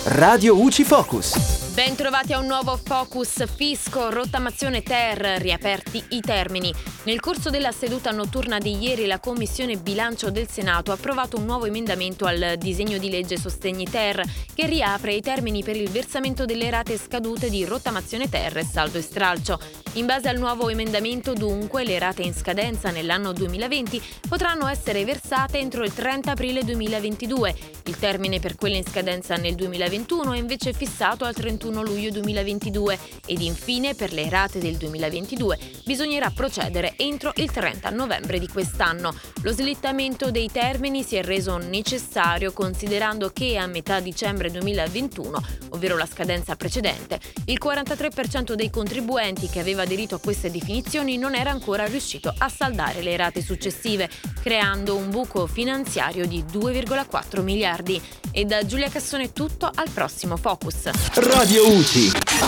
Radio UCI Focus. Ben trovati a un nuovo Focus Fisco, rottamazione ter, riaperti i termini. Nel corso della seduta notturna di ieri la Commissione Bilancio del Senato ha approvato un nuovo emendamento al disegno di legge Sostegni ter che riapre i termini per il versamento delle rate scadute di rottamazione ter e saldo e stralcio. In base al nuovo emendamento, dunque, le rate in scadenza nell'anno 2020 potranno essere versate entro il 30 aprile 2022. Il termine per quelle in scadenza nel 2021 è invece fissato al 31 luglio 2022 ed infine per le rate del 2022 bisognerà procedere entro il 30 novembre di quest'anno. Lo slittamento dei termini si è reso necessario considerando che a metà dicembre 2021, ovvero la scadenza precedente, il 43% dei contribuenti che aveva aderito a queste definizioni non era ancora riuscito a saldare le rate successive, creando un buco finanziario di 2,4 miliardi. E da Giulia Cassone è tutto, al prossimo Focus. Radio UCI.